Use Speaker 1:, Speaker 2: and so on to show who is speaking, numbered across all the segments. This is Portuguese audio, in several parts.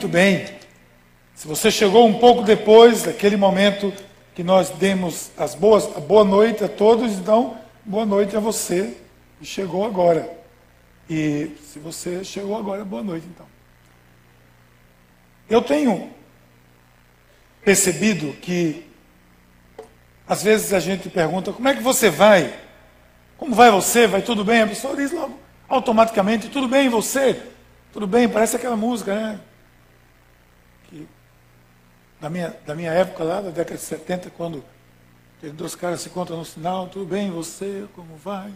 Speaker 1: Muito bem, se você chegou um pouco depois daquele momento que nós demos a boa noite a todos, então boa noite a você que chegou agora. E se você chegou agora, boa noite então. Eu tenho percebido que às vezes a gente pergunta, como é que você vai? Como vai você? Vai tudo bem? A pessoa diz logo automaticamente, tudo bem e você? Tudo bem, parece aquela música, né? Da minha época lá, da década de 70, quando aqueles dois caras se encontram no sinal, tudo bem, e você, como vai?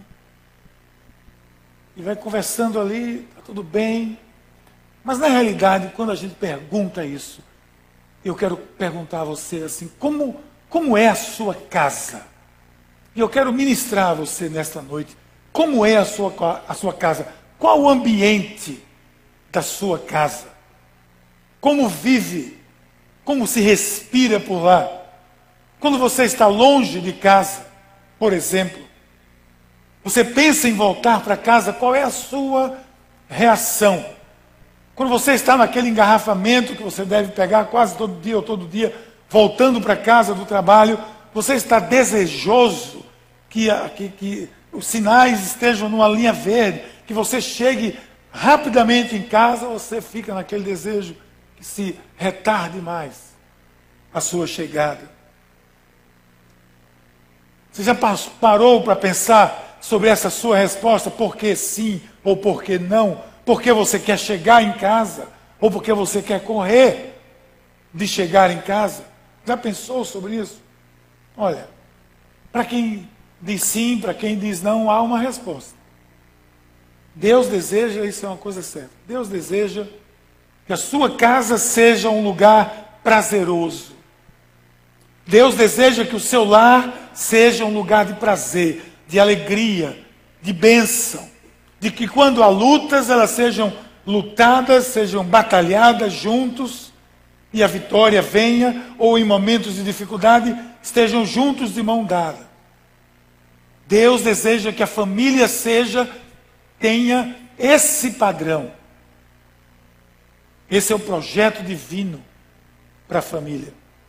Speaker 1: E vai conversando ali, está tudo bem. Mas na realidade, quando a gente pergunta isso, eu quero perguntar a você assim, como é a sua casa? E eu quero ministrar a você nesta noite, como é a sua casa? Qual o ambiente da sua casa? Como vive? Como se respira por lá? Quando você está longe de casa, por exemplo, você pensa em voltar para casa, qual é a sua reação? Quando você está naquele engarrafamento que você deve pegar quase todo dia ou todo dia, voltando para casa do trabalho, você está desejoso que os sinais estejam numa linha verde, que você chegue rapidamente em casa, você fica naquele desejo que se retarde mais a sua chegada. Você já parou para pensar sobre essa sua resposta? Por que sim ou por que não? Porque você quer chegar em casa ou porque você quer correr de chegar em casa? Já pensou sobre isso? Olha, para quem diz sim, para quem diz não, há uma resposta. Deus deseja, isso é uma coisa certa, Deus deseja que a sua casa seja um lugar prazeroso. Deus deseja que o seu lar seja um lugar de prazer, de alegria, de bênção. De que quando há lutas, elas sejam lutadas, sejam batalhadas juntos, e a vitória venha, ou em momentos de dificuldade, estejam juntos de mão dada. Deus deseja que a família tenha esse padrão. Esse é o projeto divino para a família.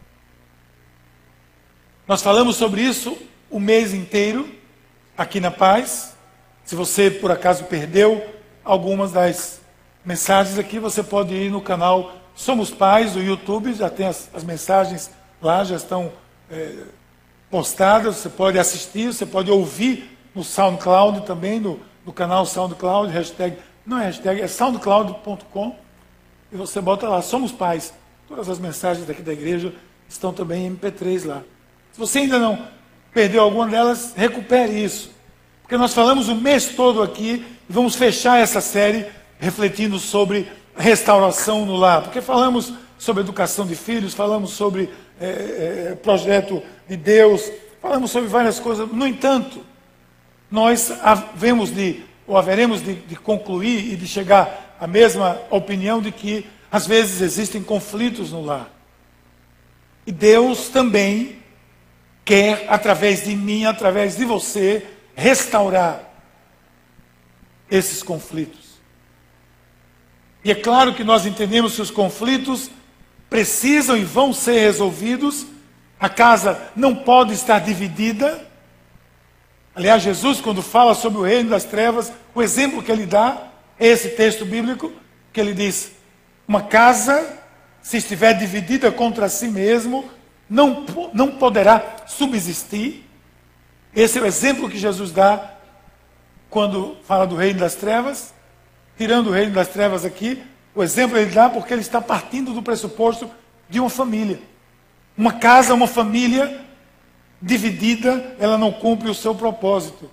Speaker 1: Nós falamos sobre isso o mês inteiro, aqui na Paz. Se você, por acaso, perdeu algumas das mensagens aqui, você pode ir no canal Somos Pais, do YouTube, já tem as mensagens lá, já estão postadas, você pode assistir, você pode ouvir no SoundCloud também, no canal SoundCloud, é soundcloud.com, e você bota lá, Somos Pais. Todas as mensagens daqui da igreja estão também em MP3 lá. Se você ainda não perdeu alguma delas, recupere isso. Porque nós falamos o mês todo aqui, e vamos fechar essa série refletindo sobre restauração no lar. Porque falamos sobre educação de filhos, falamos sobre projeto de Deus, falamos sobre várias coisas. No entanto, nós haveremos de concluir e de chegar à mesma opinião de que, às vezes, existem conflitos no lar. E Deus também quer, através de mim, através de você, restaurar esses conflitos. E é claro que nós entendemos que os conflitos precisam e vão ser resolvidos. A casa não pode estar dividida. Aliás, Jesus, quando fala sobre o reino das trevas, o exemplo que ele dá é esse texto bíblico, que ele diz, uma casa, se estiver dividida contra si mesmo, não poderá subsistir. Esse é o exemplo que Jesus dá quando fala do reino das trevas. Tirando o reino das trevas aqui, o exemplo ele dá porque ele está partindo do pressuposto de uma família. Uma casa, uma família dividida, ela não cumpre o seu propósito.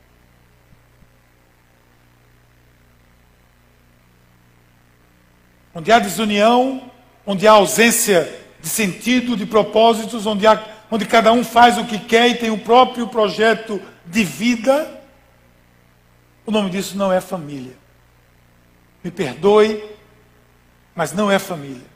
Speaker 1: Onde há desunião, onde há ausência de sentido, de propósitos, onde cada um faz o que quer e tem o próprio projeto de vida, o nome disso não é família. Me perdoe, mas não é família.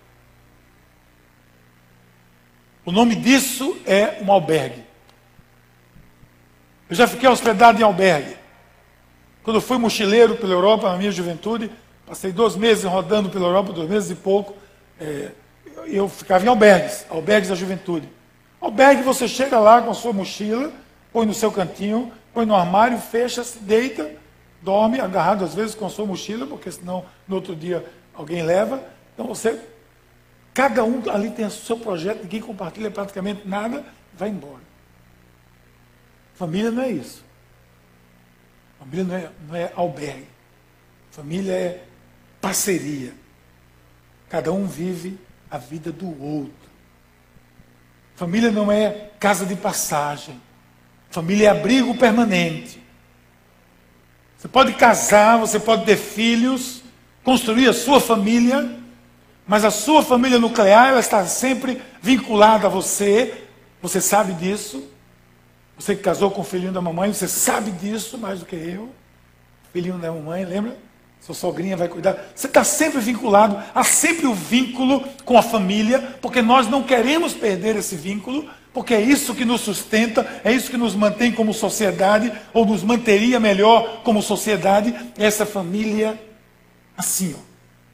Speaker 1: O nome disso é um albergue. Eu já fiquei hospedado em albergue. Quando eu fui mochileiro pela Europa, na minha juventude, passei 2 meses rodando pela Europa, 2 meses e pouco, Eu ficava em albergues da juventude. Albergue, você chega lá com a sua mochila, põe no seu cantinho, põe no armário, fecha, se deita, dorme, agarrado às vezes com a sua mochila, porque senão no outro dia alguém leva. Então cada um ali tem o seu projeto, ninguém compartilha praticamente nada, vai embora. Família não é isso. Família não é albergue. Família é parceria. Cada um vive a vida do outro. Família não é casa de passagem. Família é abrigo permanente. Você pode casar, você pode ter filhos, construir a sua família, mas a sua família nuclear, ela está sempre vinculada a você. Você sabe disso. Você que casou com o filhinho da mamãe, você sabe disso mais do que eu. Filhinho da mamãe, lembra? Sua sogrinha vai cuidar. Você está sempre vinculado, há sempre o vínculo com a família, porque nós não queremos perder esse vínculo, porque é isso que nos sustenta, é isso que nos mantém como sociedade, ou nos manteria melhor como sociedade, essa família assim, ó,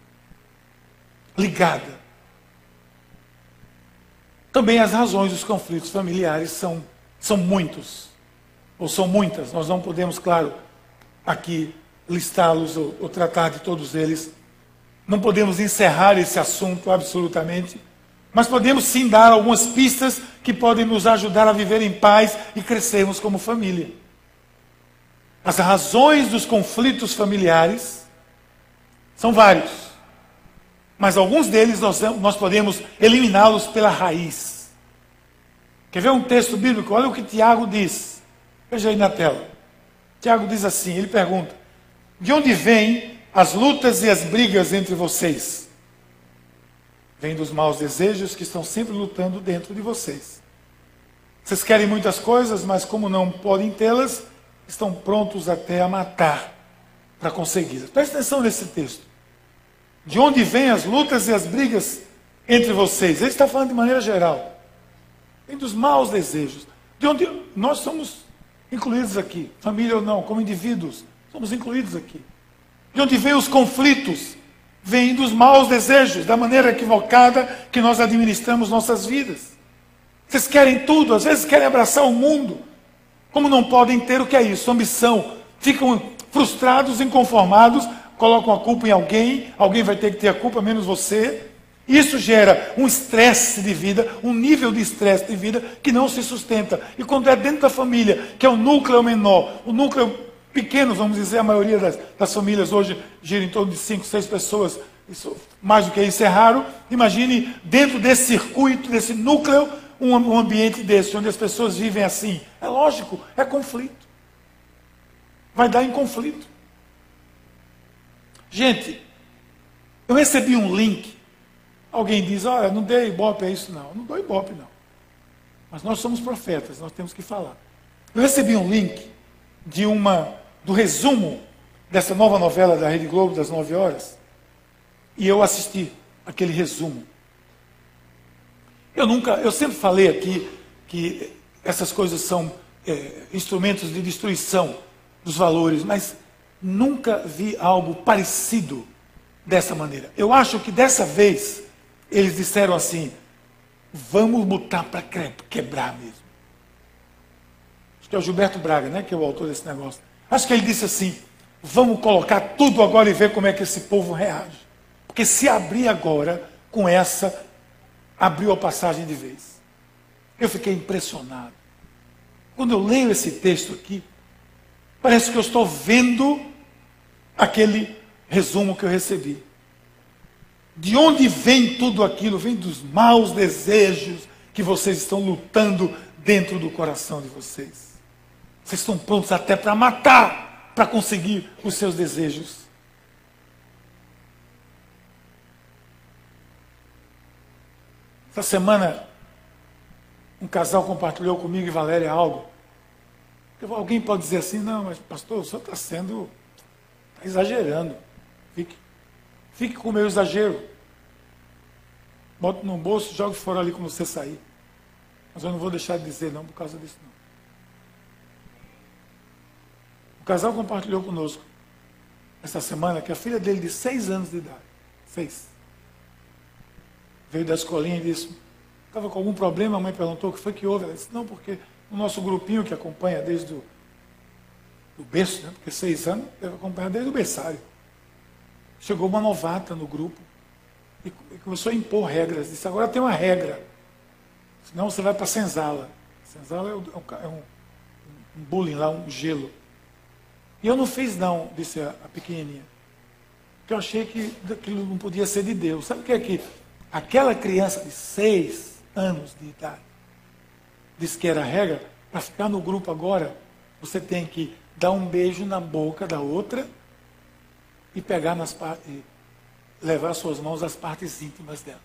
Speaker 1: ligada. Também as razões dos conflitos familiares são muitos, ou são muitas. Nós não podemos, claro, aqui listá-los ou tratar de todos eles. Não podemos encerrar esse assunto absolutamente, mas podemos sim dar algumas pistas que podem nos ajudar a viver em paz e crescermos como família. As razões dos conflitos familiares são vários, mas alguns deles nós podemos eliminá-los pela raiz. Quer ver um texto bíblico? Olha o que Tiago diz. Veja aí na tela. Tiago diz assim, ele pergunta: de onde vêm as lutas e as brigas entre vocês? Vem dos maus desejos que estão sempre lutando dentro de vocês. Vocês querem muitas coisas, mas como não podem tê-las, estão prontos até a matar para consegui-las. Presta atenção nesse texto. De onde vêm as lutas e as brigas entre vocês? Ele está falando de maneira geral. Vem dos maus desejos. De onde nós somos incluídos aqui, família ou não, como indivíduos, somos incluídos aqui. De onde vêm os conflitos? Vêm dos maus desejos, da maneira equivocada que nós administramos nossas vidas. Vocês querem tudo, às vezes querem abraçar o mundo. Como não podem ter o que é isso? Ambição. Ficam frustrados, inconformados, colocam a culpa em alguém, alguém vai ter que ter a culpa, menos você. Isso gera um estresse de vida, um nível de estresse de vida que não se sustenta. E quando é dentro da família, que é o núcleo menor, o núcleo pequeno, vamos dizer, a maioria das famílias hoje gira em torno de 5, 6 pessoas, isso, mais do que isso é raro. Imagine dentro desse circuito, desse núcleo, um ambiente desse, onde as pessoas vivem assim. É lógico, é conflito. Vai dar em conflito. Gente, eu recebi um link. Alguém diz, olha, não dei ibope a isso não. Não dou ibope não. Mas nós somos profetas, nós temos que falar. Eu recebi um link do resumo dessa nova novela da Rede Globo, das 9 horas, e eu assisti aquele resumo. Eu sempre falei aqui que essas coisas são instrumentos de destruição dos valores, mas nunca vi algo parecido dessa maneira. Eu acho que dessa vez eles disseram assim, vamos botar para quebrar mesmo. Acho que é o Gilberto Braga, né, que é o autor desse negócio. Acho que ele disse assim, vamos colocar tudo agora e ver como é que esse povo reage. Porque se abrir agora com essa, abriu a passagem de vez. Eu fiquei impressionado. Quando eu leio esse texto aqui, parece que eu estou vendo aquele resumo que eu recebi. De onde vem tudo aquilo? Vem dos maus desejos que vocês estão lutando dentro do coração de vocês. Vocês estão prontos até para matar, para conseguir os seus desejos. Essa semana, um casal compartilhou comigo e Valéria algo. Alguém pode dizer assim, não, mas pastor, o senhor está exagerando. Fique com o meu exagero. Bote no bolso e jogue fora ali quando você sair. Mas eu não vou deixar de dizer não por causa disso não. O casal compartilhou conosco essa semana que a filha dele de 6 anos de idade, 6, veio da escolinha e disse, estava com algum problema, a mãe perguntou o que foi que houve. Ela disse, não, porque o nosso grupinho que acompanha desde do berço, né? Porque 6 anos, deve acompanhar desde o berçário. Chegou uma novata no grupo e começou a impor regras. Disse, agora tem uma regra, senão você vai para a senzala. Senzala é um bullying lá, um gelo. E eu não fiz não, disse a pequenininha. Porque eu achei que aquilo não podia ser de Deus. Sabe o que é que aquela criança de 6 anos de idade disse que era a regra? Para ficar no grupo agora, você tem que dar um beijo na boca da outra e pegar e levar suas mãos às partes íntimas dela.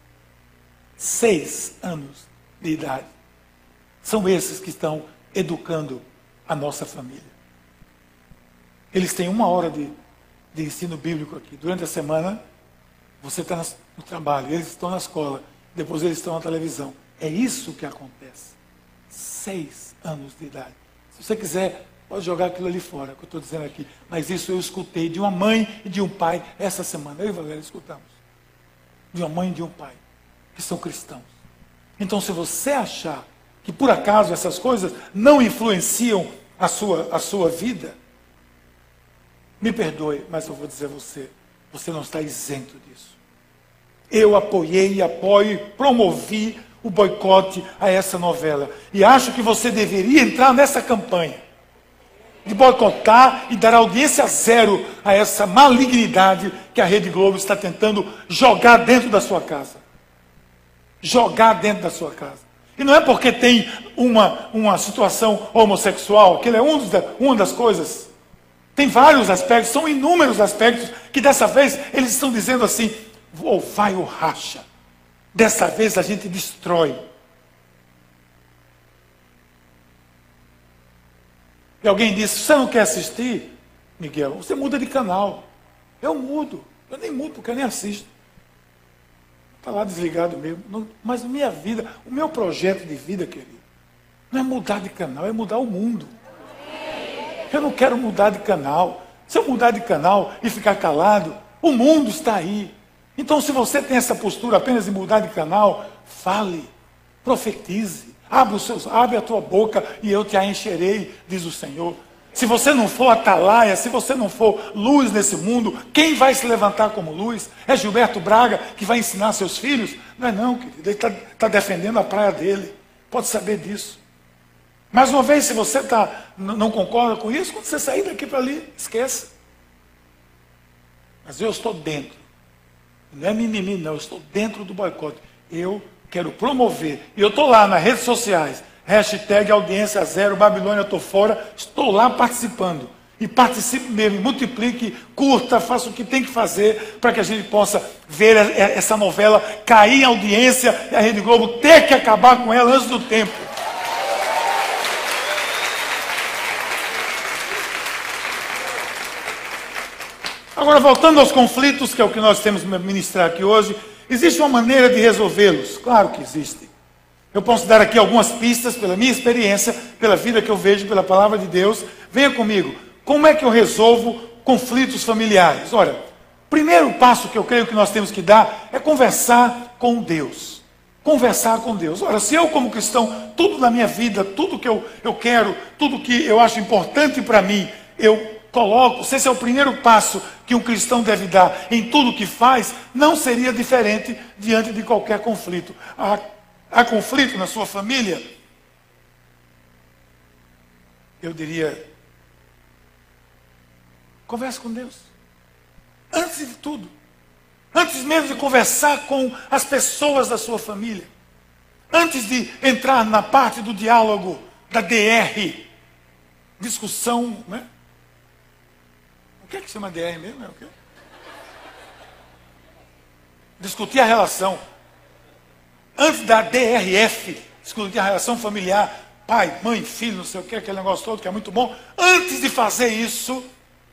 Speaker 1: 6 anos de idade. São esses que estão educando a nossa família. Eles têm 1 hora de ensino bíblico aqui. Durante a semana, você está no trabalho, eles estão na escola, depois eles estão na televisão. É isso que acontece. 6 anos de idade. Se você quiser, pode jogar aquilo ali fora, que eu estou dizendo aqui. Mas isso eu escutei de uma mãe e de um pai essa semana. Eu e Valéria escutamos. De uma mãe e de um pai, que são cristãos. Então, se você achar que por acaso essas coisas não influenciam a sua vida, me perdoe, mas eu vou dizer a você, você não está isento disso. Eu apoiei, apoio, promovi o boicote a essa novela. E acho que você deveria entrar nessa campanha de boicotar e dar audiência zero a essa malignidade que a Rede Globo está tentando jogar dentro da sua casa. Jogar dentro da sua casa. E não é porque tem uma situação homossexual, que ele é uma das coisas. Tem vários aspectos, são inúmeros aspectos, que dessa vez eles estão dizendo assim, ou vai ou racha. Dessa vez a gente destrói. E alguém disse, você não quer assistir, Miguel? Você muda de canal. Eu mudo. Eu nem mudo porque eu nem assisto. Está lá desligado mesmo. Mas a minha vida, o meu projeto de vida, querido, não é mudar de canal, é mudar o mundo. Eu não quero mudar de canal. Se eu mudar de canal e ficar calado, o mundo está aí. Então, se você tem essa postura apenas de mudar de canal, fale, profetize, abre a tua boca e eu te a encherei, diz o Senhor. Se você não for atalaia, se você não for luz nesse mundo, quem vai se levantar como luz? É Gilberto Braga que vai ensinar seus filhos? Não é não, querido, ele está defendendo a praia dele, pode saber disso. Mais uma vez, se você não concorda com isso, quando você sair daqui para ali, esqueça. Mas eu estou dentro. Não é mimimi, não. Eu estou dentro do boicote. Eu quero promover. E eu estou lá nas redes sociais. Hashtag audiência zero, Babilônia, eu estou fora. Estou lá participando. E participe mesmo, multiplique, curta, faça o que tem que fazer para que a gente possa ver essa novela cair em audiência e a Rede Globo ter que acabar com ela antes do tempo. Agora, voltando aos conflitos, que é o que nós temos que ministrar aqui hoje, existe uma maneira de resolvê-los? Claro que existe. Eu posso dar aqui algumas pistas pela minha experiência, pela vida que eu vejo, pela palavra de Deus. Venha comigo. Como é que eu resolvo conflitos familiares? Olha, o primeiro passo que eu creio que nós temos que dar é conversar com Deus. Conversar com Deus. Ora, se eu como cristão, tudo na minha vida, tudo que eu quero, tudo que eu acho importante para mim, eu coloco, se esse é o primeiro passo que um cristão deve dar em tudo que faz, não seria diferente diante de qualquer conflito. Há conflito na sua família? Eu diria, converse com Deus. Antes de tudo. Antes mesmo de conversar com as pessoas da sua família. Antes de entrar na parte do diálogo, da DR, discussão, né? O que é que chama DR mesmo? É o quê? Discutir a relação. Antes da DRF, discutir a relação familiar, pai, mãe, filho, não sei o que, aquele negócio todo que é muito bom. Antes de fazer isso,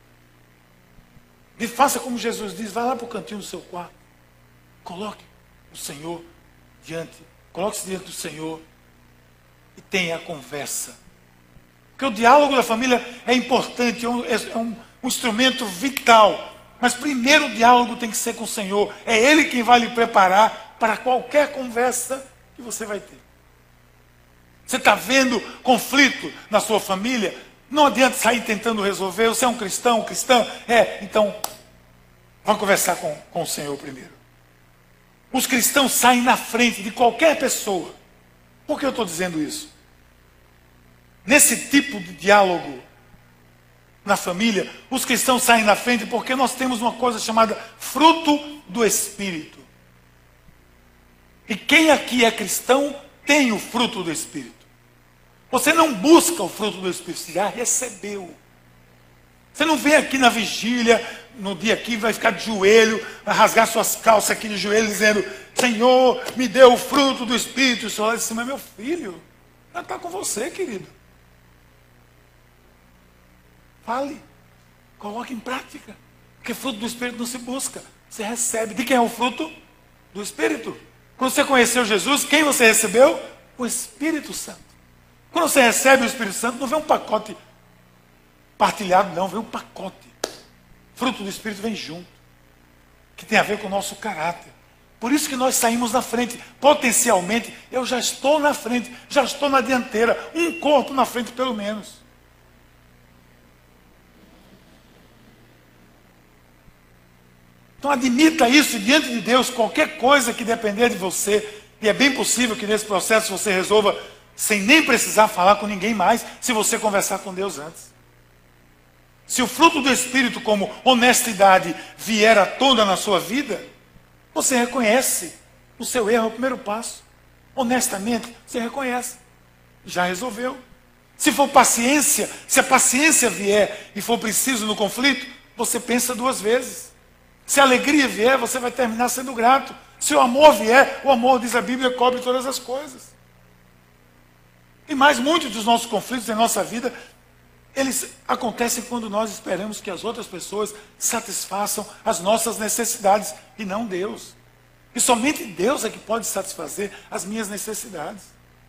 Speaker 1: faça como Jesus diz, vá lá para o cantinho do seu quarto. Coloque o Senhor diante, coloque-se diante do Senhor e tenha a conversa. Porque o diálogo da família é importante, é um instrumento vital. Mas primeiro o diálogo tem que ser com o Senhor. É Ele quem vai lhe preparar para qualquer conversa que você vai ter. Você está vendo conflito na sua família? Não adianta sair tentando resolver. Você é um cristão, cristã? Então, vamos conversar com o Senhor primeiro. Os cristãos saem na frente de qualquer pessoa. Por que eu estou dizendo isso? Nesse tipo de diálogo na família, os cristãos saem na frente porque nós temos uma coisa chamada fruto do Espírito. E quem aqui é cristão tem o fruto do Espírito. Você não busca o fruto do Espírito, você já recebeu. Você não vem aqui na vigília, no dia aqui, vai ficar de joelho, vai rasgar suas calças aqui de joelho, dizendo: Senhor, me dê o fruto do Espírito. E o Senhor olha assim: mas meu filho, já está com você, querido. Fale, coloque em prática. Porque fruto do Espírito não se busca, você recebe. De quem é o fruto? Do Espírito. Quando você conheceu Jesus, quem você recebeu? O Espírito Santo. Quando você recebe o Espírito Santo, não vem um pacote partilhado, não, vem um pacote. Fruto do Espírito vem junto, que tem a ver com o nosso caráter. Por isso que nós saímos na frente. Potencialmente, eu já estou na frente, já estou na dianteira, um corpo na frente pelo menos. Então admita isso diante de Deus, qualquer coisa que depender de você, e é bem possível que nesse processo você resolva sem nem precisar falar com ninguém mais, se você conversar com Deus antes. Se o fruto do Espírito, como honestidade, vier à tona na sua vida, você reconhece o seu erro, é o primeiro passo. Honestamente, você reconhece. Já resolveu. Se for paciência, se a paciência vier e for preciso no conflito, você pensa duas vezes. Se a alegria vier, você vai terminar sendo grato. Se o amor vier, o amor, diz a Bíblia, cobre todas as coisas. E mais, muitos dos nossos conflitos em nossa vida, eles acontecem quando nós esperamos que as outras pessoas satisfaçam as nossas necessidades, e não Deus. E somente Deus é que pode satisfazer as minhas necessidades.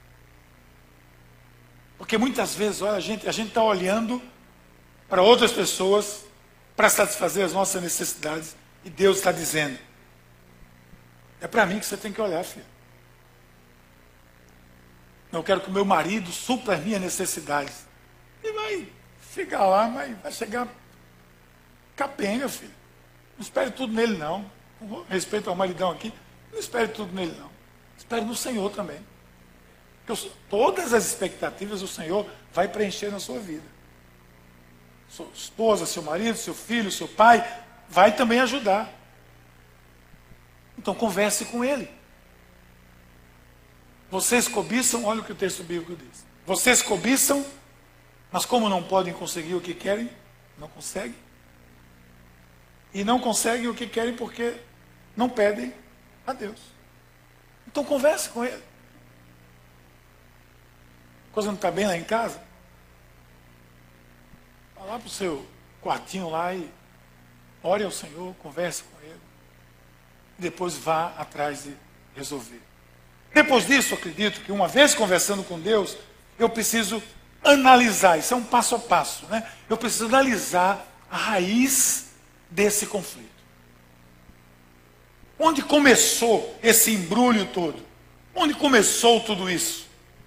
Speaker 1: Porque muitas vezes, olha, a gente está olhando para outras pessoas para satisfazer as nossas necessidades, e Deus está dizendo: é para mim que você tem que olhar, filho. Eu quero que o meu marido supra as minhas necessidades. E vai chegar lá, mas vai chegar capenga, filho. Não espere tudo nele, não. Com respeito ao maridão aqui, não espere tudo nele, não. Espere no Senhor também. Porque todas as expectativas o Senhor vai preencher na sua vida. Sua esposa, seu marido, seu filho, seu pai, vai também ajudar. Então converse com ele. Vocês cobiçam, olha o que o texto bíblico diz. Vocês cobiçam, mas como não podem conseguir o que querem, não conseguem. E não conseguem o que querem porque não pedem a Deus. Então converse com ele. A coisa não está bem lá em casa? Vá lá para o seu quartinho lá e ore ao Senhor, converse com ele. E depois vá atrás de resolver. Depois disso, acredito que uma vez conversando com Deus, eu preciso analisar, isso é um passo a passo, né? Eu preciso analisar a raiz desse conflito. Onde começou esse embrulho todo? Onde começou tudo isso?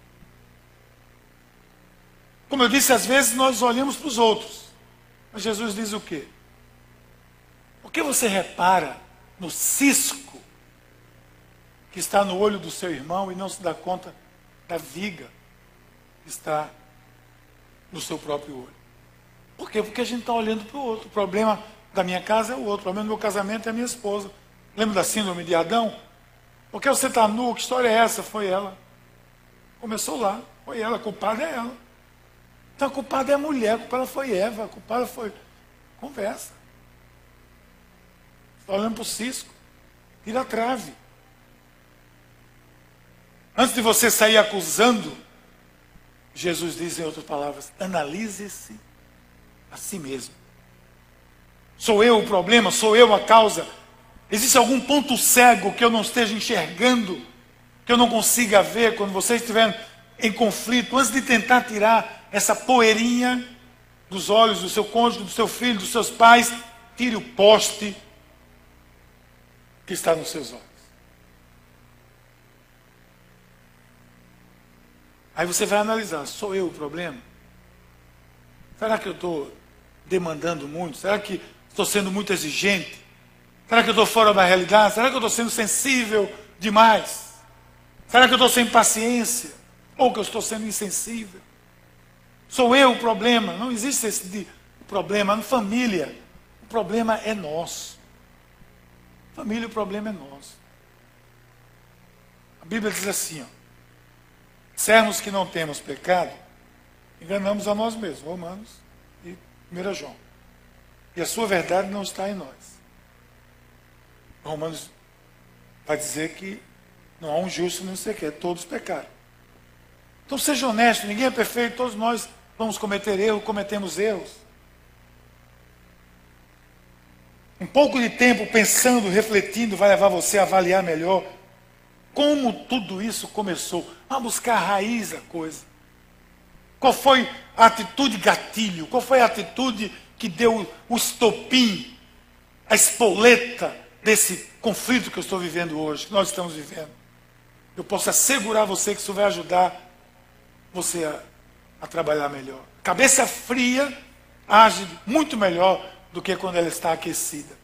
Speaker 1: Como eu disse, às vezes nós olhamos para os outros, mas Jesus diz o quê? Por que você repara no cisco que está no olho do seu irmão e não se dá conta da viga que está no seu próprio olho? Por quê? Porque a gente está olhando para o outro. O problema da minha casa é o outro. O problema do meu casamento é a minha esposa. Lembra da síndrome de Adão? Por que você está nu? Que história é essa? Foi ela. Começou lá. Foi ela. A culpada é ela. Então a culpada é a mulher. A culpada foi Eva. A culpada foi... Conversa. Está olhando para o cisco. Tira a trave. Antes de você sair acusando, Jesus diz em outras palavras: analise-se a si mesmo. Sou eu o problema? Sou eu a causa? Existe algum ponto cego que eu não esteja enxergando, que eu não consiga ver quando vocês estiverem em conflito? Antes de tentar tirar essa poeirinha dos olhos do seu cônjuge, do seu filho, dos seus pais, tire o poste que está nos seus olhos. Aí você vai analisar, sou eu o problema? Será que eu estou demandando muito? Será que estou sendo muito exigente? Será que eu estou fora da realidade? Será que eu estou sendo sensível demais? Será que eu estou sem paciência? Ou que eu estou sendo insensível? Sou eu o problema? Não existe esse problema. Na família, o problema é nosso. Família, o problema é nosso. A Bíblia diz assim, ó, sermos que não temos pecado, enganamos a nós mesmos, Romanos e 1 João. E a sua verdade não está em nós. Romanos vai dizer que não há um justo nem sequer, todos pecaram. Então seja honesto, ninguém é perfeito, todos nós vamos cometer erros, cometemos erros. Um pouco de tempo pensando, refletindo, vai levar você a avaliar melhor como tudo isso começou. Vamos buscar a raiz da coisa. Qual foi a atitude gatilho? Qual foi a atitude que deu o estopim, a espoleta desse conflito que eu estou vivendo hoje, que nós estamos vivendo? Eu posso assegurar você que isso vai ajudar você a trabalhar melhor. Cabeça fria age muito melhor do que quando ela está aquecida.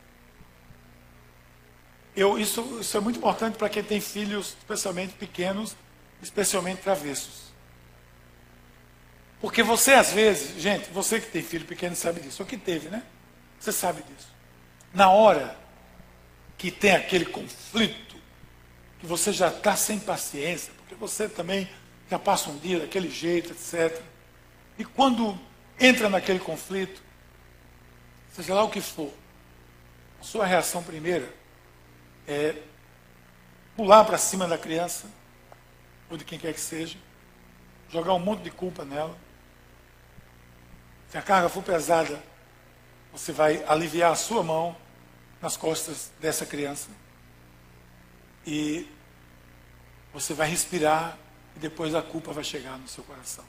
Speaker 1: Isso é muito importante para quem tem filhos, especialmente pequenos, especialmente travessos. Porque você, às vezes, gente, você que tem filho pequeno sabe disso, ou que teve, né? Você sabe disso. Na hora que tem aquele conflito, que você já está sem paciência, porque você também já passa um dia daquele jeito, etc. E quando entra naquele conflito, seja lá o que for, a sua reação primeira é pular para cima da criança, ou de quem quer que seja, jogar um monte de culpa nela. Se a carga for pesada, você vai aliviar a sua mão nas costas dessa criança. E você vai respirar e depois a culpa vai chegar no seu coração.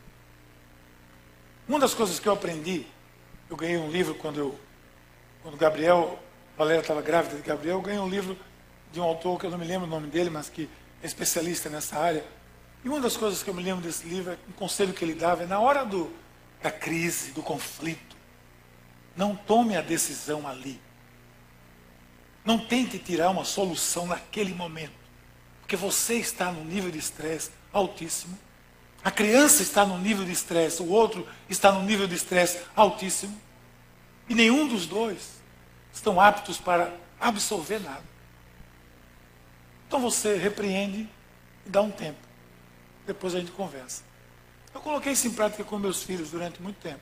Speaker 1: Uma das coisas que eu aprendi, eu ganhei um livro quando Valéria estava grávida de Gabriel, eu ganhei um livro de um autor que eu não me lembro o nome dele, mas que é especialista nessa área. E uma das coisas que eu me lembro desse livro, um conselho que ele dava, é na hora da crise, do conflito, não tome a decisão ali. Não tente tirar uma solução naquele momento. Porque você está num nível de estresse altíssimo. A criança está num nível de estresse, o outro está num nível de estresse altíssimo. E nenhum dos dois estão aptos para absorver nada. Então você repreende e dá um tempo. Depois a gente conversa. Eu coloquei isso em prática com meus filhos durante muito tempo.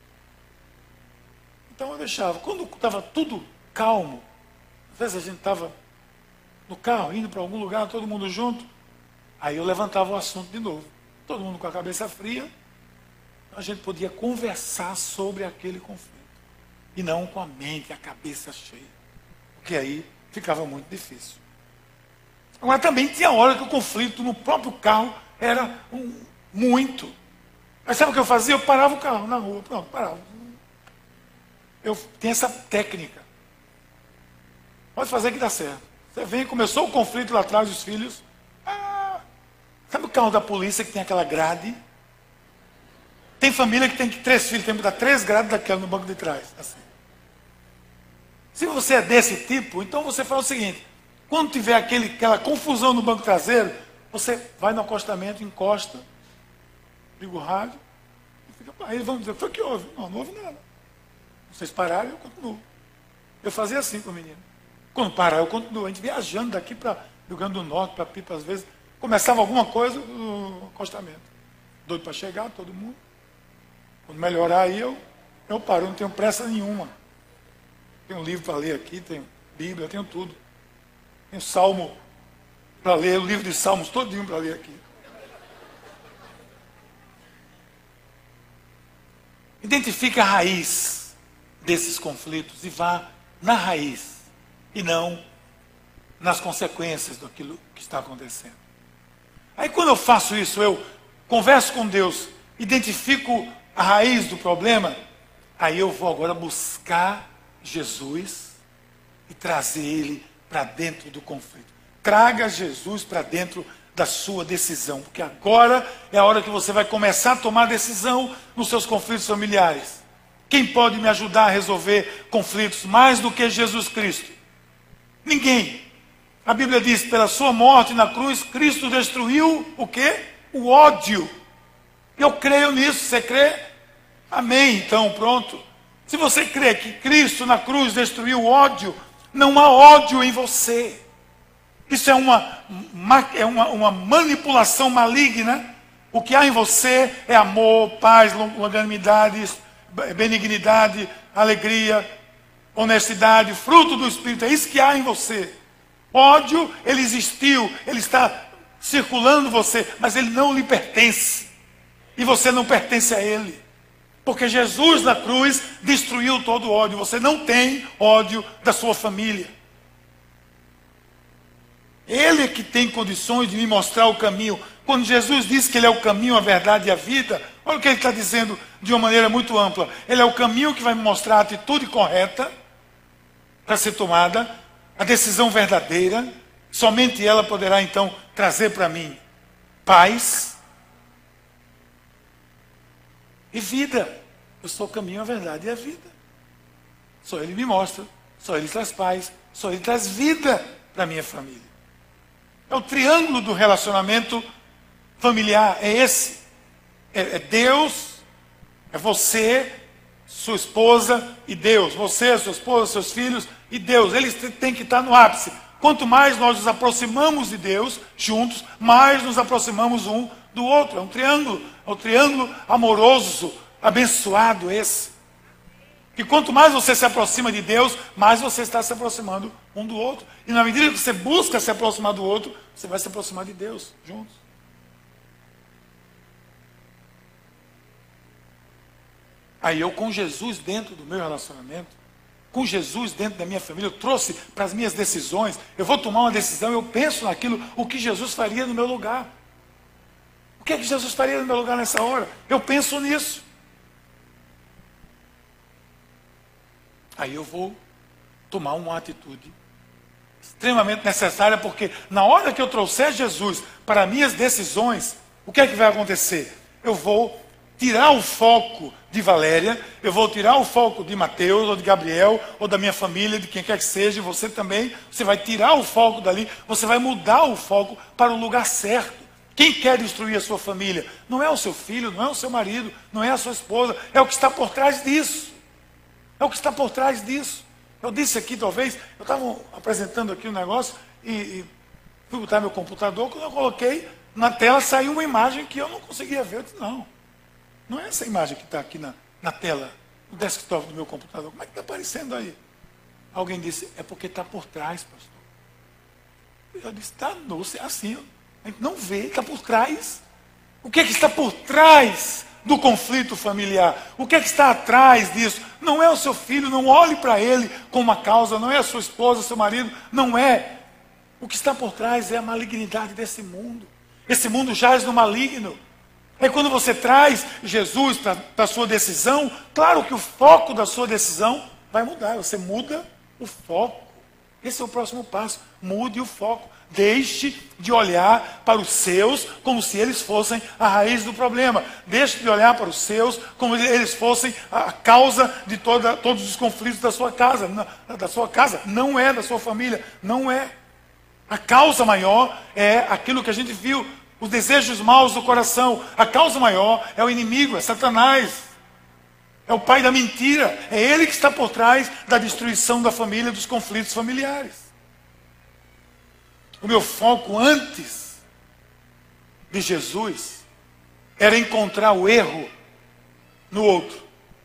Speaker 1: Então eu deixava. Quando estava tudo calmo, às vezes a gente estava no carro, indo para algum lugar, todo mundo junto, aí eu levantava o assunto de novo. Todo mundo com a cabeça fria, a gente podia conversar sobre aquele conflito. E não com a mente, a cabeça cheia. Porque aí ficava muito difícil. Agora também tinha hora que o conflito no próprio carro era muito. Mas sabe o que eu fazia? Eu parava o carro na rua, pronto, parava. Eu tenho essa técnica. Pode fazer que dá certo. Você vem, começou o conflito lá atrás dos filhos. Sabe o carro da polícia que tem aquela grade? Tem família que tem 3 filhos, tem que dar 3 grades daquela no banco de trás. Assim. Se você é desse tipo, então você faz o seguinte: quando tiver aquela confusão no banco traseiro, você vai no acostamento, encosta, liga o rádio, e fica. Aí eles vão dizer: foi o que houve? Não houve nada. Vocês pararam, eu continuo. Eu fazia assim com o menino. Quando parar, eu continuo. A gente viajando daqui para Rio Grande do Norte, para Pipa, às vezes, começava alguma coisa no acostamento. Doido para chegar, todo mundo. Quando melhorar aí, eu paro, eu não tenho pressa nenhuma. Tenho um livro para ler aqui, tenho Bíblia, tenho tudo. Tenho Salmo para ler, o livro de Salmos todinho para ler aqui. Identifique a raiz desses conflitos e vá na raiz e não nas consequências daquilo que está acontecendo. Aí quando eu faço isso, eu converso com Deus, identifico a raiz do problema, aí eu vou agora buscar Jesus e trazer ele para dentro do conflito. Traga Jesus para dentro da sua decisão, porque agora é a hora que você vai começar a tomar decisão nos seus conflitos familiares. Quem pode me ajudar a resolver conflitos mais do que Jesus Cristo? Ninguém. A Bíblia diz, pela sua morte na cruz, Cristo destruiu o quê? O ódio. Eu creio nisso, você crê? Amém, então, pronto. Se você crê que Cristo na cruz destruiu o ódio, não há ódio em você. Isso é uma manipulação maligna. O que há em você é amor, paz, longanimidade, benignidade, alegria, honestidade, fruto do Espírito. É isso que há em você. Ódio, ele existiu, ele está circulando você, mas ele não lhe pertence. E você não pertence a ele. Porque Jesus na cruz destruiu todo o ódio. Você não tem ódio da sua família. Ele é que tem condições de me mostrar o caminho. Quando Jesus diz que ele é o caminho, a verdade e a vida, olha o que ele está dizendo de uma maneira muito ampla. Ele é o caminho que vai me mostrar a atitude correta para ser tomada, a decisão verdadeira. Somente ela poderá então trazer para mim paz e vida. Eu sou o caminho, a verdade e a vida. Só ele me mostra, só ele traz paz, só ele traz vida para a minha família. É o triângulo do relacionamento familiar, é esse. É Deus, é você, sua esposa e Deus. Você, sua esposa, seus filhos e Deus. Eles têm que estar no ápice. Quanto mais nós nos aproximamos de Deus juntos, mais nos aproximamos um do outro. É um triângulo amoroso, abençoado esse. E quanto mais você se aproxima de Deus, mais você está se aproximando um do outro. E na medida que você busca se aproximar do outro, você vai se aproximar de Deus juntos. Aí eu, com Jesus dentro do meu relacionamento, com Jesus dentro da minha família, eu trouxe para as minhas decisões. Eu vou tomar uma decisão, eu penso naquilo, o que Jesus faria no meu lugar. O que é que Jesus faria no meu lugar nessa hora? Eu penso nisso. Aí eu vou tomar uma atitude extremamente necessária, porque na hora que eu trouxer Jesus para minhas decisões, o que é que vai acontecer? Eu vou tirar o foco de Valéria, eu vou tirar o foco de Mateus, ou de Gabriel, ou da minha família, de quem quer que seja, e você também, você vai tirar o foco dali, você vai mudar o foco para o lugar certo. Quem quer destruir a sua família? Não é o seu filho, não é o seu marido, não é a sua esposa, é o que está por trás disso. É o que está por trás disso. Eu disse aqui, talvez, eu estava apresentando aqui um negócio e fui botar meu computador, quando eu coloquei na tela, saiu uma imagem que eu não conseguia ver. Eu disse, não é essa imagem que está aqui na tela, no desktop do meu computador. Como é que está aparecendo aí? Alguém disse, é porque está por trás, pastor. Eu disse, está assim, a gente não vê, está por trás. O que é que está por trás do conflito familiar? O que é que está atrás disso? Não é o seu filho, não olhe para ele como uma causa, não é a sua esposa, seu marido, não é. O que está por trás é a malignidade desse mundo. Esse mundo jaz no maligno. É quando você traz Jesus para a sua decisão, claro que o foco da sua decisão vai mudar, você muda o foco. Esse é o próximo passo, mude o foco. Deixe de olhar para os seus como se eles fossem a raiz do problema. Deixe de olhar para os seus como se eles fossem a causa de todos os conflitos da sua casa. Não é da sua família, não é. A causa maior é aquilo que a gente viu, os desejos maus do coração. A causa maior é o inimigo, é Satanás. É o pai da mentira. É ele que está por trás da destruição da família, dos conflitos familiares. O meu foco antes de Jesus era encontrar o erro no outro.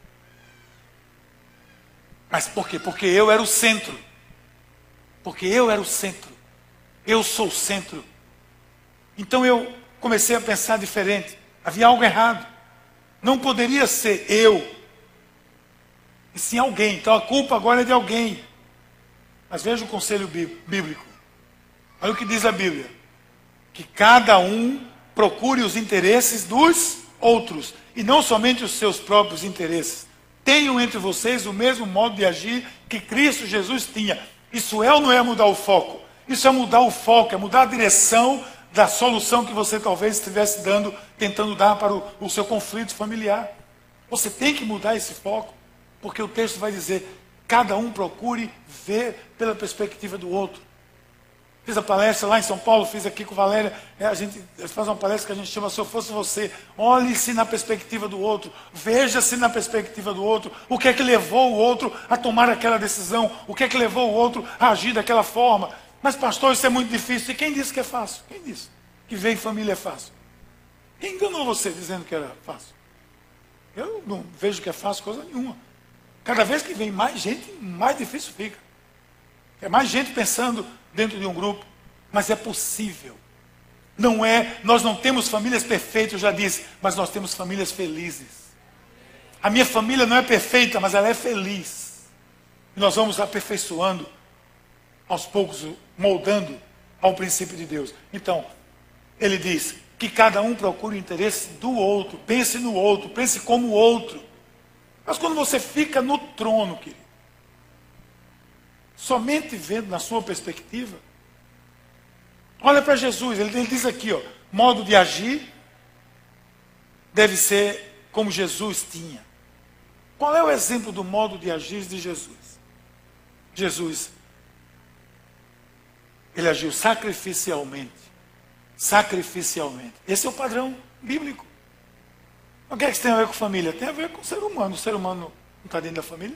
Speaker 1: Mas por quê? Porque eu era o centro. Porque eu era o centro. Eu sou o centro. Então eu comecei a pensar diferente. Havia algo errado. Não poderia ser eu, e sim alguém. Então a culpa agora é de alguém. Mas veja o conselho bíblico. Olha o que diz a Bíblia. Que cada um procure os interesses dos outros, e não somente os seus próprios interesses. Tenham entre vocês o mesmo modo de agir que Cristo Jesus tinha. Isso é ou não é mudar o foco? Isso é mudar o foco, é mudar a direção da solução que você talvez estivesse tentando dar para o seu conflito familiar. Você tem que mudar esse foco, porque o texto vai dizer, cada um procure ver pela perspectiva do outro. Fiz a palestra lá em São Paulo, fiz aqui com Valéria, a gente faz uma palestra que a gente chama Se Eu Fosse Você. Olhe-se na perspectiva do outro, veja-se na perspectiva do outro, o que é que levou o outro a tomar aquela decisão, o que é que levou o outro a agir daquela forma. Mas pastor, isso é muito difícil. E quem disse que é fácil? Quem disse que ver em família é fácil? Quem enganou você dizendo que era fácil? Eu não vejo que é fácil coisa nenhuma. Cada vez que vem mais gente, mais difícil fica. É mais gente pensando dentro de um grupo, mas é possível. Não é, nós não temos famílias perfeitas, eu já disse, mas nós temos famílias felizes. A minha família não é perfeita, mas ela é feliz. E nós vamos aperfeiçoando, aos poucos, moldando ao princípio de Deus. Então, ele diz que cada um procure o interesse do outro, pense no outro, pense como o outro. Mas quando você fica no trono, querido, somente vendo na sua perspectiva, olha para Jesus, ele diz aqui, ó, modo de agir deve ser como Jesus tinha. Qual é o exemplo do modo de agir de Jesus? Jesus, ele agiu sacrificialmente. Sacrificialmente. Esse é o padrão bíblico. O que é que isso tem a ver com família? Tem a ver com o ser humano. O ser humano não está dentro da família?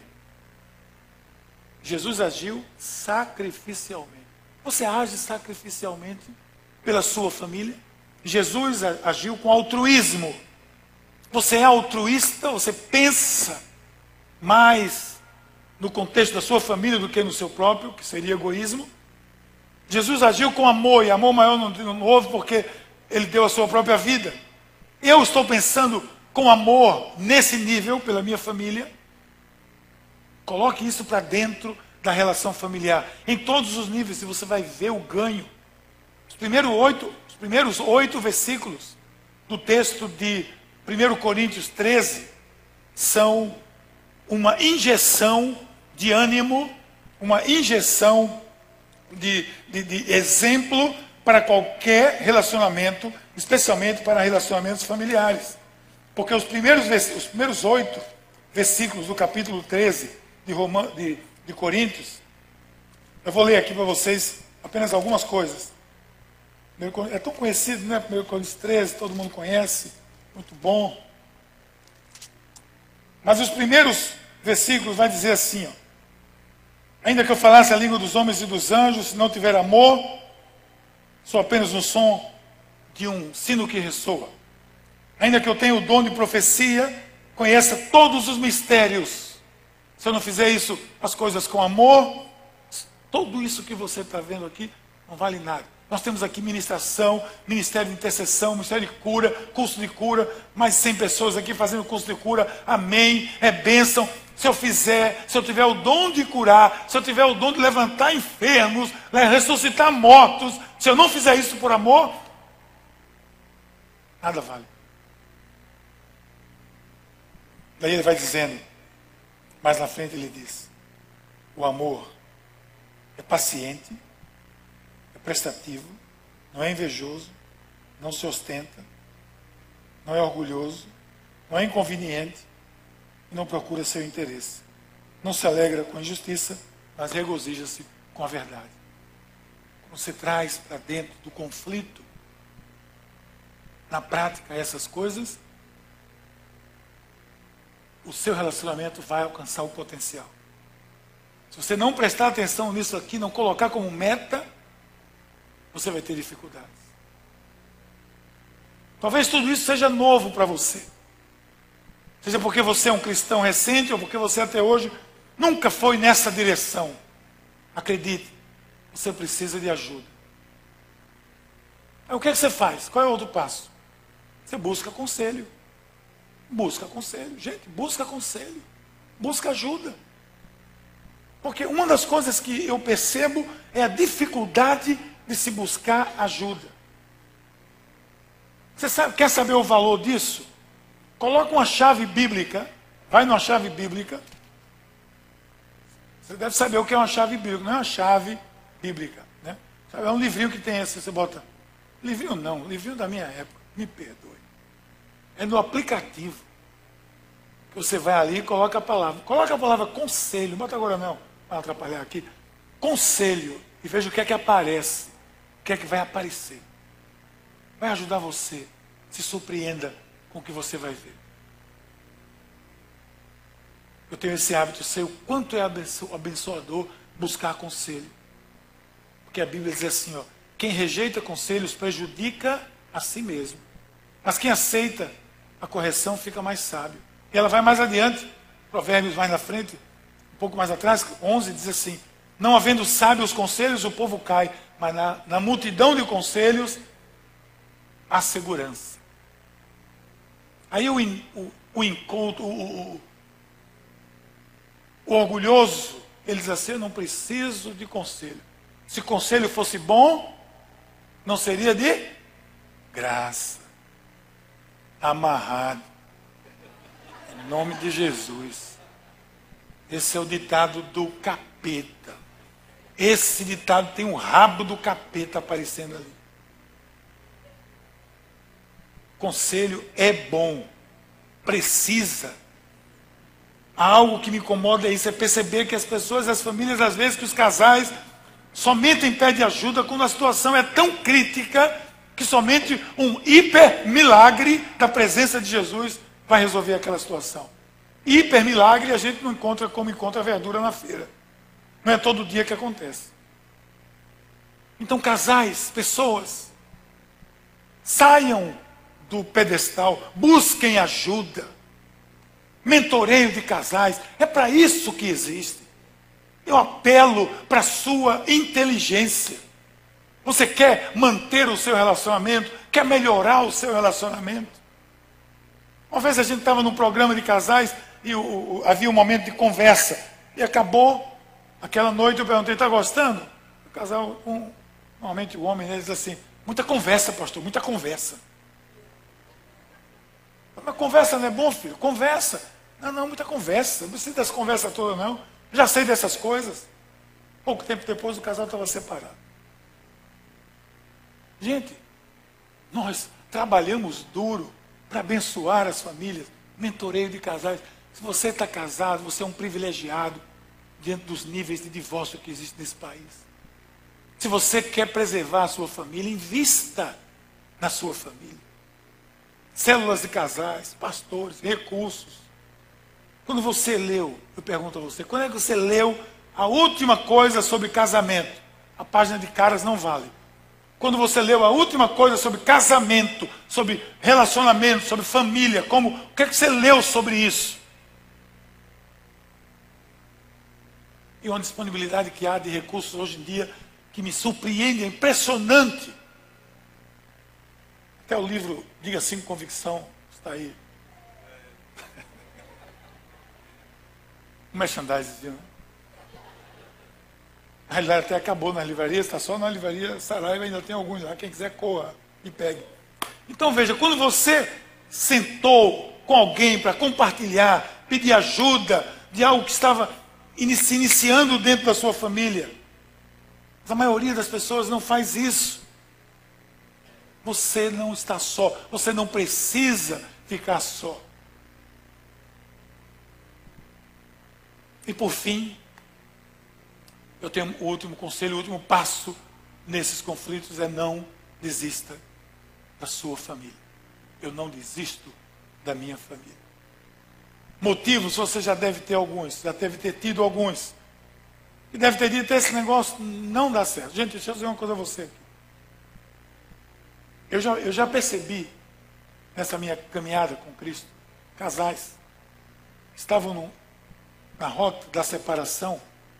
Speaker 1: Jesus agiu sacrificialmente. Você age sacrificialmente pela sua família? Jesus agiu com altruísmo. Você é altruísta? Você pensa mais no contexto da sua família do que no seu próprio, que seria egoísmo? Jesus agiu com amor, e amor maior não houve porque ele deu a sua própria vida. Eu estou pensando com amor nesse nível pela minha família. Coloque isso para dentro da relação familiar, em todos os níveis, e você vai ver o ganho. Os primeiros 8 versículos do texto de 1 Coríntios 13 são uma injeção de ânimo, uma injeção de exemplo para qualquer relacionamento, especialmente para relacionamentos familiares. Porque os primeiros 8 versículos do capítulo 13 de Coríntios, eu vou ler aqui para vocês apenas algumas coisas. É tão conhecido, né? 1 Coríntios 13, todo mundo conhece, muito bom. Mas os primeiros versículos vai dizer assim, ó, ainda que eu falasse a língua dos homens e dos anjos, se não tiver amor, sou apenas um som de um sino que ressoa. Ainda que eu tenha o dom de profecia, conheça todos os mistérios. Se eu não fizer isso, as coisas com amor, tudo isso que você está vendo aqui não vale nada. Nós temos aqui ministração, ministério de intercessão, ministério de cura, curso de cura, mais 100 pessoas aqui fazendo curso de cura, amém, é bênção. Se eu tiver o dom de curar, se eu tiver o dom de levantar enfermos, ressuscitar mortos, se eu não fizer isso por amor, nada vale. Daí ele vai dizendo, mais na frente ele diz, o amor é paciente, é prestativo, não é invejoso, não se ostenta, não é orgulhoso, não é inconveniente, e não procura seu interesse. Não se alegra com a injustiça, mas regozija-se com a verdade. Quando você traz para dentro do conflito, na prática, essas coisas, o seu relacionamento vai alcançar o potencial. Se você não prestar atenção nisso aqui, não colocar como meta, você vai ter dificuldades. Talvez tudo isso seja novo para você. Seja porque você é um cristão recente, ou porque você até hoje nunca foi nessa direção. Acredite, você precisa de ajuda. Aí o que é que você faz? Qual é o outro passo? Você busca conselho. Busca conselho. Gente, busca conselho. Busca ajuda. Porque uma das coisas que eu percebo é a dificuldade de se buscar ajuda. Você quer saber o valor disso? Coloca uma chave bíblica. Vai numa chave bíblica. Você deve saber o que é uma chave bíblica. Não é uma chave bíblica, né? É um livrinho que tem esse, você bota Livrinho não, livrinho da minha época, me perdoe. É no aplicativo. Que você vai ali e coloca a palavra. Coloca a palavra conselho, bota agora não, para atrapalhar aqui. Conselho, e veja o que é que aparece, o que é que vai aparecer. Vai ajudar você, se surpreenda com o que você vai ver. Eu tenho esse hábito, eu sei o quanto é abençoador buscar conselho. Porque a Bíblia diz assim, ó, quem rejeita conselhos prejudica a si mesmo. Mas quem aceita a correção fica mais sábio. E ela vai mais adiante, Provérbios vai na frente, um pouco mais atrás, 11, diz assim, não havendo sábios conselhos, o povo cai, mas na multidão de conselhos, há segurança. Aí o orgulhoso, ele diz assim, eu não preciso de conselho. Se conselho fosse bom, não seria de graça. Amarrado. Em nome de Jesus. Esse é o ditado do capeta. Esse ditado tem um rabo do capeta aparecendo ali. Conselho é bom. Precisa. Algo que me incomoda é isso, é perceber que as pessoas, as famílias, às vezes que os casais somente pedem ajuda quando a situação é tão crítica que somente um hiper milagre da presença de Jesus vai resolver aquela situação. Hiper milagre a gente não encontra como encontra verdura na feira. Não é todo dia que acontece. Então casais, pessoas, saiam do pedestal, busquem ajuda. Mentoreio de casais, é para isso que existe. Eu apelo para a sua inteligência. Você quer manter o seu relacionamento? Quer melhorar o seu relacionamento? Uma vez a gente estava num programa de casais e havia um momento de conversa. E acabou, aquela noite eu perguntei, está gostando? O casal, normalmente o homem, ele diz assim, muita conversa, pastor, muita conversa. Mas conversa não é bom, filho? Conversa. Não, muita conversa. Não precisa dessa conversa toda, não. Já sei dessas coisas. Pouco tempo depois o casal estava separado. Gente, nós trabalhamos duro para abençoar as famílias. Mentoreio de casais. Se você está casado, você é um privilegiado diante dos níveis de divórcio que existem nesse país. Se você quer preservar a sua família, invista na sua família. Células de casais, pastores, recursos. Quando você leu, eu pergunto a você, quando é que você leu a última coisa sobre casamento? A página de caras não vale. Quando você leu a última coisa sobre casamento, sobre relacionamento, sobre família, o que é que você leu sobre isso? E uma disponibilidade que há de recursos hoje em dia que me surpreende, é impressionante. Até o livro, diga assim com convicção, está aí. O merchandising, né? Na realidade até acabou nas livrarias, está só na livraria Saraiva, ainda tem alguns lá, quem quiser corra e pegue. Então veja, quando você sentou com alguém para compartilhar, pedir ajuda de algo que estava se iniciando dentro da sua família, mas a maioria das pessoas não faz isso. Você não está só, você não precisa ficar só. E por fim, eu tenho o último conselho, o último passo nesses conflitos é não desista da sua família. Eu não desisto da minha família. Motivos, você já deve ter alguns, já deve ter tido alguns. E deve ter dito, esse negócio não dá certo. Gente, deixa eu dizer uma coisa a você aqui. Eu já percebi, nessa minha caminhada com Cristo, casais que estavam na rota da separação,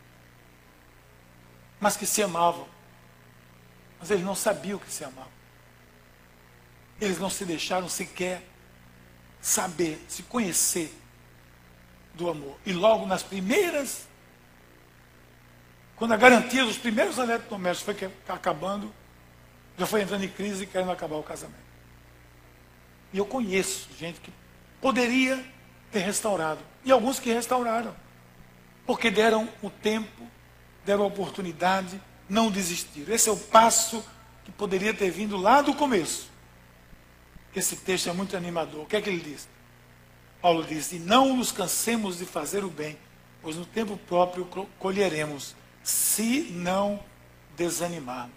Speaker 1: mas que se amavam. Mas eles não sabiam que se amavam. Eles não se deixaram sequer saber, se conhecer do amor. E logo nas primeiras, quando a garantia dos primeiros eletrodomésticos foi acabando, já foi entrando em crise e querendo acabar o casamento. E eu conheço gente que poderia ter restaurado. E alguns que restauraram. Porque deram o tempo, deram a oportunidade, não desistiram. Esse é o passo que poderia ter vindo lá do começo. Esse texto é muito animador. O que é que ele diz? Paulo diz: e não nos cansemos de fazer o bem, pois no tempo próprio colheremos, se não desanimarmos.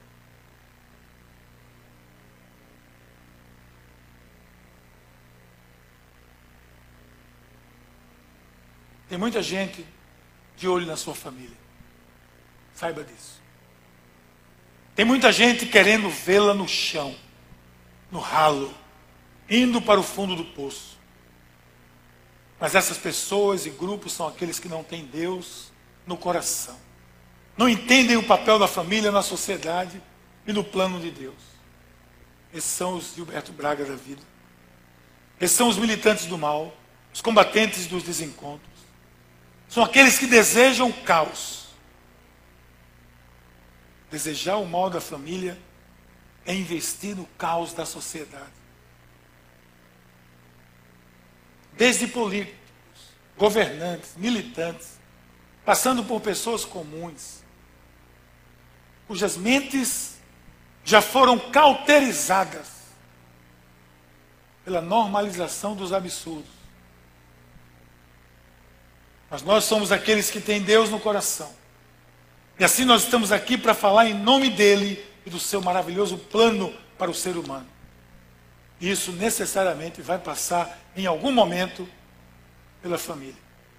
Speaker 1: Tem muita gente de olho na sua família. Saiba disso. Tem muita gente querendo vê-la no chão, no ralo, indo para o fundo do poço. Mas essas pessoas e grupos são aqueles que não têm Deus no coração. Não entendem o papel da família na sociedade e no plano de Deus. Esses são os Gilberto Braga da vida. Esses são os militantes do mal, os combatentes dos desencontros. São aqueles que desejam o caos. Desejar o mal da família é investir no caos da sociedade. Desde políticos, governantes, militantes, passando por pessoas comuns, cujas mentes já foram cauterizadas pela normalização dos absurdos. Mas nós somos aqueles que têm Deus no coração. E assim nós estamos aqui para falar em nome dele e do seu maravilhoso plano para o ser humano. E isso necessariamente vai passar em algum momento pela família.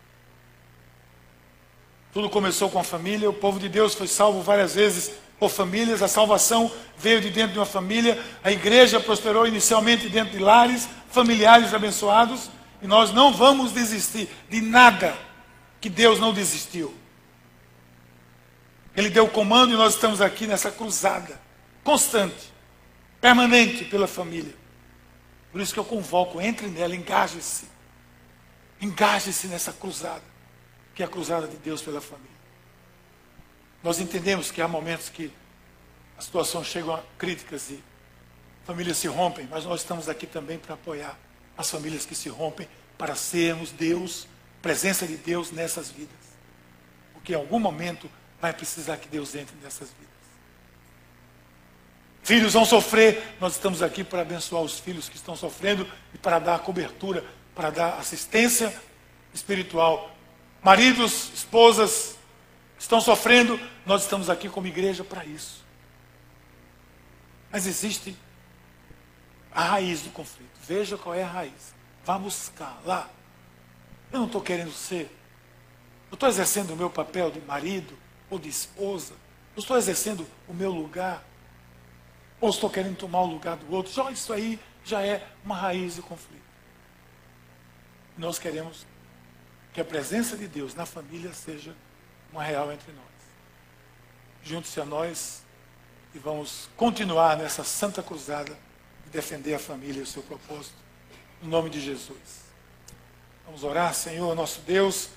Speaker 1: Tudo começou com a família, o povo de Deus foi salvo várias vezes por famílias, a salvação veio de dentro de uma família, a igreja prosperou inicialmente dentro de lares, familiares abençoados, e nós não vamos desistir de nada que Deus não desistiu. Ele deu o comando e nós estamos aqui nessa cruzada constante, permanente pela família. Por isso que eu convoco, entre nela, engaje-se. Engaje-se nessa cruzada, que é a cruzada de Deus pela família. Nós entendemos que há momentos que as situações chegam a críticas e famílias se rompem, mas nós estamos aqui também para apoiar as famílias que se rompem, para sermos Deus, presença de Deus nessas vidas. Porque em algum momento vai precisar que Deus entre nessas vidas. Filhos vão sofrer, nós estamos aqui para abençoar os filhos que estão sofrendo e para dar cobertura, para dar assistência espiritual. Maridos, esposas estão sofrendo, nós estamos aqui como igreja para isso. Mas existe a raiz do conflito. Veja qual é a raiz. Vá buscar lá. Eu não estou querendo ser. Eu estou exercendo o meu papel de marido ou de esposa. Eu estou exercendo o meu lugar. Ou estou querendo tomar o lugar do outro. Só isso aí já é uma raiz de conflito. Nós queremos que a presença de Deus na família seja uma real entre nós. Junte-se a nós e vamos continuar nessa santa cruzada de defender a família e o seu propósito. No nome de Jesus. Vamos orar, Senhor, nosso Deus.